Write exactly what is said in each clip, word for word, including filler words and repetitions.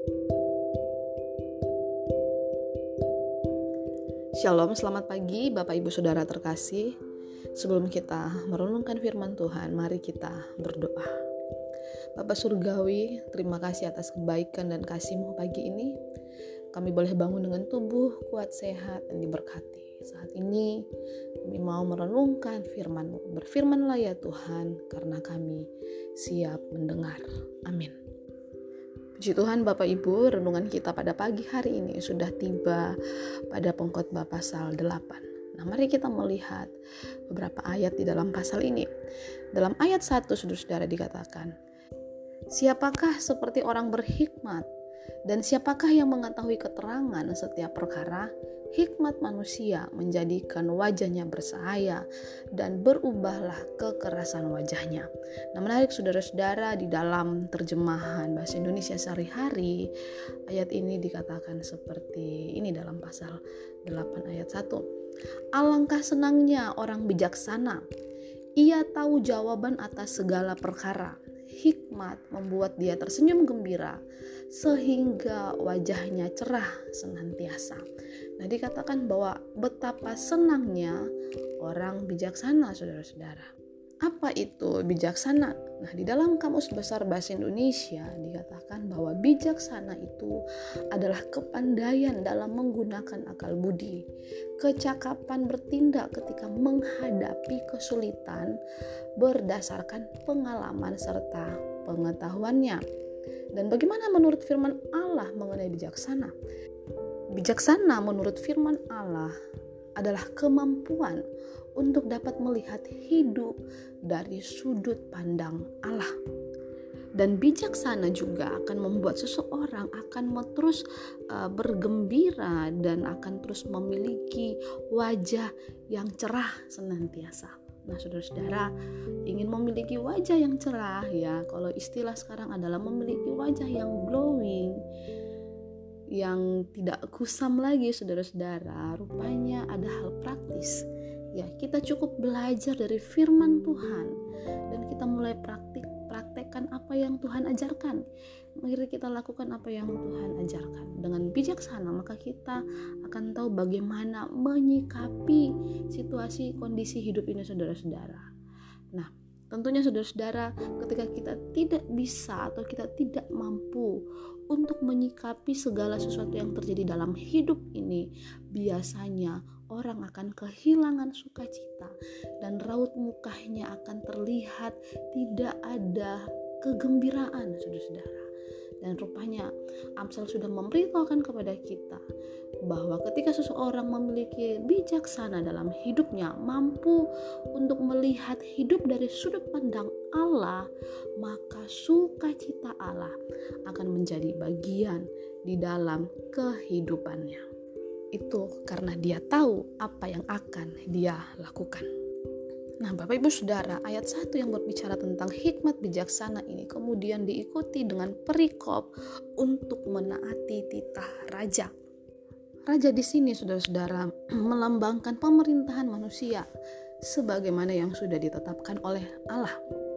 Shalom, selamat pagi Bapak Ibu Saudara terkasih. Sebelum kita merenungkan firman Tuhan, mari kita berdoa. Bapa Surgawi, terima kasih atas kebaikan dan kasih-Mu pagi ini. Kami boleh bangun dengan tubuh kuat, sehat, dan diberkati. Saat ini kami mau merenungkan firman-Mu. Berfirmanlah ya Tuhan, karena kami siap mendengar. Amin. Puji Tuhan Bapak Ibu, renungan kita pada pagi hari ini sudah tiba pada pengkhotbah pasal delapan. Nah, mari kita melihat beberapa ayat di dalam pasal ini. Dalam ayat satu, saudara-saudara, dikatakan, siapakah seperti orang berhikmat dan siapakah yang mengetahui keterangan setiap perkara? Hikmat manusia menjadikan wajahnya bersahaya dan berubahlah kekerasan wajahnya. Nah, menarik saudara-saudara, di dalam terjemahan bahasa Indonesia sehari-hari, ayat ini dikatakan seperti ini dalam pasal delapan ayat satu. Alangkah senangnya orang bijaksana, ia tahu jawaban atas segala perkara. Hikmat membuat dia tersenyum gembira sehingga wajahnya cerah senantiasa. Nah, dikatakan bahwa betapa senangnya orang bijaksana, saudara-saudara. Apa itu bijaksana? Nah, di dalam Kamus Besar Bahasa Indonesia dikatakan bahwa bijaksana itu adalah kepandaian dalam menggunakan akal budi, kecakapan bertindak ketika menghadapi kesulitan berdasarkan pengalaman serta pengetahuannya. Dan bagaimana menurut firman Allah mengenai bijaksana? Bijaksana menurut firman Allah adalah kemampuan untuk dapat melihat hidup dari sudut pandang Allah. Dan bijaksana juga akan membuat seseorang akan terus uh, bergembira dan akan terus memiliki wajah yang cerah senantiasa. Nah, saudara-saudara, ingin memiliki wajah yang cerah, ya, kalau istilah sekarang adalah memiliki wajah yang glowing, yang tidak kusam lagi, saudara-saudara. Rupanya ada hal praktis. Ya, kita cukup belajar dari firman Tuhan dan kita mulai praktik praktekkan apa yang Tuhan ajarkan. Mari kita lakukan apa yang Tuhan ajarkan. Dengan bijaksana maka kita akan tahu bagaimana menyikapi situasi kondisi hidup ini, saudara-saudara. Nah, tentunya saudara-saudara, ketika kita tidak bisa atau kita tidak mampu untuk menyikapi segala sesuatu yang terjadi dalam hidup ini, biasanya orang akan kehilangan sukacita dan raut mukanya akan terlihat tidak ada kegembiraan, saudara-saudara. Dan rupanya Amsal sudah memberitahukan kepada kita bahwa ketika seseorang memiliki bijaksana dalam hidupnya, mampu untuk melihat hidup dari sudut pandang Allah, maka sukacita Allah akan menjadi bagian di dalam kehidupannya. Itu karena dia tahu apa yang akan dia lakukan. Nah, Bapak Ibu Saudara, ayat satu yang berbicara tentang hikmat bijaksana ini kemudian diikuti dengan perikop untuk menaati titah raja. Raja di sini, saudara-saudara, melambangkan pemerintahan manusia sebagaimana yang sudah ditetapkan oleh Allah.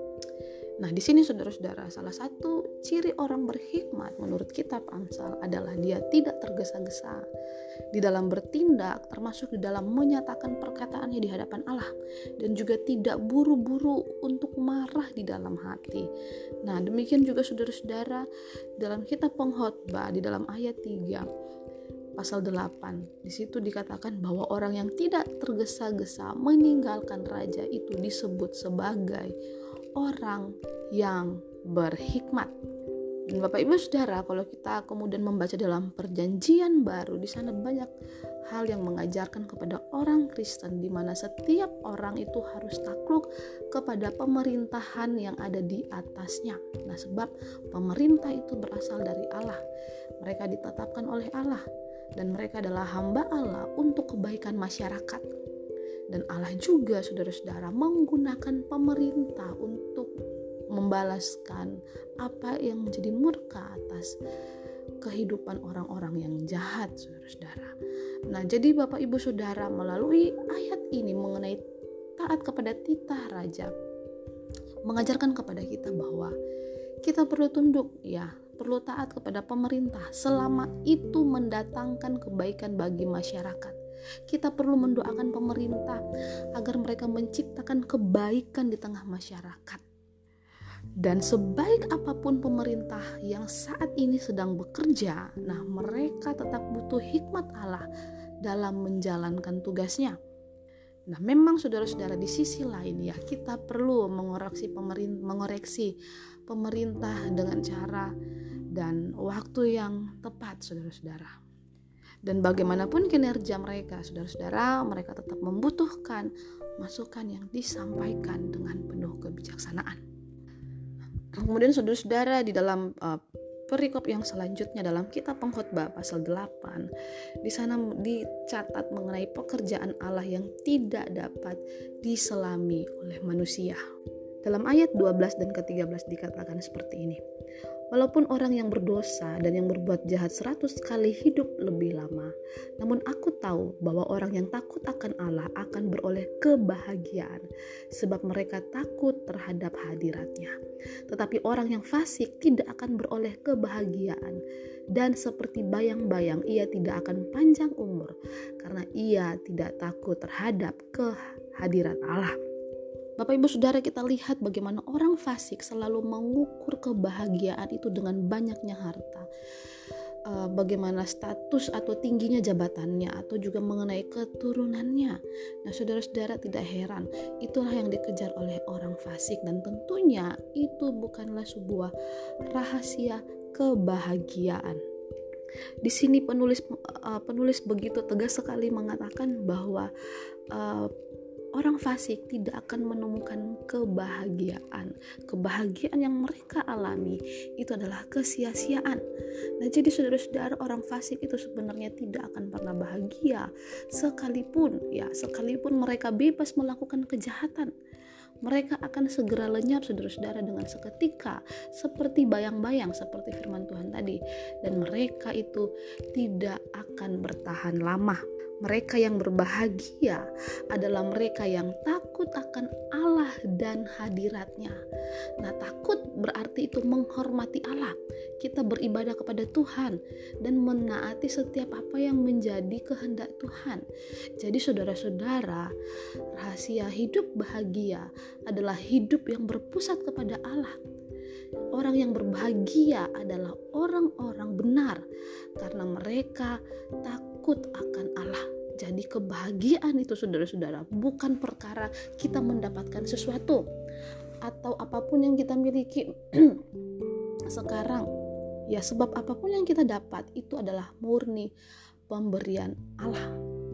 Nah, di sini saudara-saudara, salah satu ciri orang berhikmat menurut kitab Amsal adalah dia tidak tergesa-gesa di dalam bertindak, termasuk di dalam menyatakan perkataannya di hadapan Allah, dan juga tidak buru-buru untuk marah di dalam hati. Nah, demikian juga saudara-saudara dalam kitab Pengkhotbah di dalam ayat tiga pasal delapan, di situ dikatakan bahwa orang yang tidak tergesa-gesa meninggalkan raja itu disebut sebagai orang yang berhikmat. Dan Bapak Ibu Saudara, kalau kita kemudian membaca dalam Perjanjian Baru, di sana banyak hal yang mengajarkan kepada orang Kristen di mana setiap orang itu harus takluk kepada pemerintahan yang ada di atasnya. Nah, sebab pemerintah itu berasal dari Allah. Mereka ditetapkan oleh Allah dan mereka adalah hamba Allah untuk kebaikan masyarakat. Dan Allah juga, saudara-saudara, menggunakan pemerintah untuk membalaskan apa yang menjadi murka atas kehidupan orang-orang yang jahat, saudara-saudara. Nah, jadi Bapak Ibu Saudara, melalui ayat ini mengenai taat kepada titah raja, mengajarkan kepada kita bahwa kita perlu tunduk, ya, perlu taat kepada pemerintah selama itu mendatangkan kebaikan bagi masyarakat. Kita perlu mendoakan pemerintah agar mereka menciptakan kebaikan di tengah masyarakat. Dan sebaik apapun pemerintah yang saat ini sedang bekerja, nah mereka tetap butuh hikmat Allah dalam menjalankan tugasnya. Nah, memang saudara-saudara, di sisi lain ya, kita perlu mengoreksi pemerintah, mengoreksi pemerintah dengan cara dan waktu yang tepat, saudara-saudara. Dan bagaimanapun kinerja mereka, saudara-saudara, mereka tetap membutuhkan masukan yang disampaikan dengan penuh kebijaksanaan. Kemudian saudara-saudara, di dalam uh, perikop yang selanjutnya dalam kitab Pengkhotbah pasal delapan, di sana dicatat mengenai pekerjaan Allah yang tidak dapat diselami oleh manusia. Dalam ayat dua belas dan ke tiga belas dikatakan seperti ini. Walaupun orang yang berdosa dan yang berbuat jahat seratus kali hidup lebih lama, namun aku tahu bahwa orang yang takut akan Allah akan beroleh kebahagiaan, sebab mereka takut terhadap hadirat-Nya. Tetapi orang yang fasik tidak akan beroleh kebahagiaan, dan seperti bayang-bayang ia tidak akan panjang umur, karena ia tidak takut terhadap kehadirat Allah. Bapak Ibu Saudara, kita lihat bagaimana orang fasik selalu mengukur kebahagiaan itu dengan banyaknya harta, uh, bagaimana status atau tingginya jabatannya, atau juga mengenai keturunannya. Nah, saudara-saudara, tidak heran itulah yang dikejar oleh orang fasik, dan tentunya itu bukanlah sebuah rahasia kebahagiaan. Di sini penulis uh, penulis begitu tegas sekali mengatakan bahwa uh, orang fasik tidak akan menemukan kebahagiaan. Kebahagiaan yang mereka alami itu adalah kesia-siaan. Nah, jadi saudara-saudara, orang fasik itu sebenarnya tidak akan pernah bahagia sekalipun ya, sekalipun mereka bebas melakukan kejahatan. Mereka akan segera lenyap, saudara-saudara, dengan seketika, seperti bayang-bayang, seperti firman Tuhan tadi. Dan mereka itu tidak akan bertahan lama. Mereka yang berbahagia adalah mereka yang takut akan Allah dan hadirat-Nya. Nah, takut berarti itu menghormati Allah. Kita beribadah kepada Tuhan dan menaati setiap apa yang menjadi kehendak Tuhan. Jadi saudara-saudara, rahasia hidup bahagia adalah hidup yang berpusat kepada Allah. Orang yang berbahagia adalah orang-orang benar karena mereka takut akan Allah. Jadi kebahagiaan itu, saudara-saudara, bukan perkara kita mendapatkan sesuatu atau apapun yang kita miliki sekarang. Ya, sebab apapun yang kita dapat itu adalah murni pemberian Allah.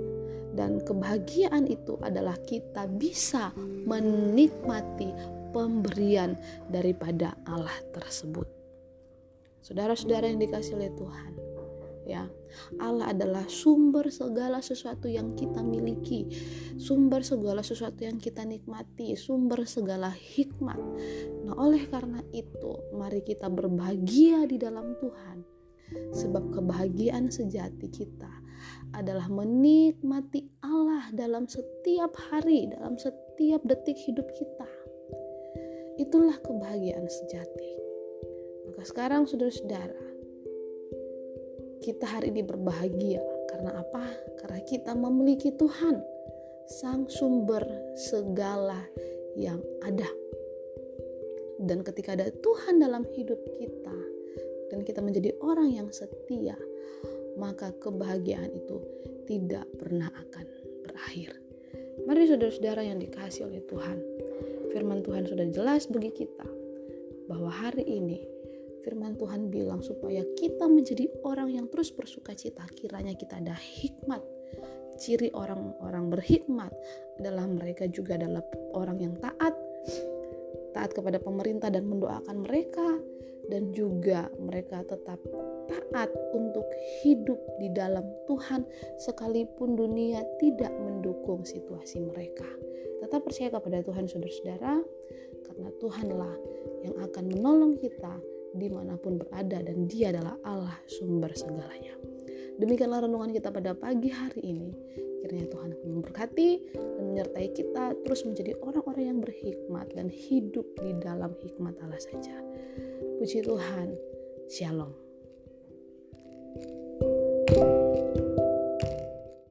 Dan kebahagiaan itu adalah kita bisa menikmati pemberian daripada Allah tersebut. Saudara-saudara yang dikasihi oleh Tuhan, ya, Allah adalah sumber segala sesuatu yang kita miliki, sumber segala sesuatu yang kita nikmati, sumber segala hikmat. Nah, oleh karena itu, mari kita berbahagia di dalam Tuhan, sebab kebahagiaan sejati kita adalah menikmati Allah dalam setiap hari, dalam setiap detik hidup kita. Itulah kebahagiaan sejati. Maka sekarang, saudara-saudara, kita hari ini berbahagia. Karena apa? Karena kita memiliki Tuhan, Sang Sumber segala yang ada. Dan ketika ada Tuhan dalam hidup kita, dan kita menjadi orang yang setia, maka kebahagiaan itu tidak pernah akan berakhir. Mari saudara-saudara yang dikasihi oleh Tuhan, firman Tuhan sudah jelas bagi kita bahwa hari ini firman Tuhan bilang supaya kita menjadi orang yang terus bersuka cita. Kiranya kita ada hikmat. Ciri orang-orang berhikmat adalah mereka juga adalah orang yang taat, taat kepada pemerintah dan mendoakan mereka, dan juga mereka tetap taat untuk hidup di dalam Tuhan sekalipun dunia tidak mendukung situasi mereka. Tetap percaya kepada Tuhan, saudara-saudara, karena Tuhanlah yang akan menolong kita dimanapun berada, dan Dia adalah Allah sumber segalanya. Demikianlah renungan kita pada pagi hari ini. Kiranya Tuhan akan memberkati dan menyertai kita terus menjadi orang-orang yang berhikmat dan hidup di dalam hikmat Allah saja. Puji Tuhan, Shalom.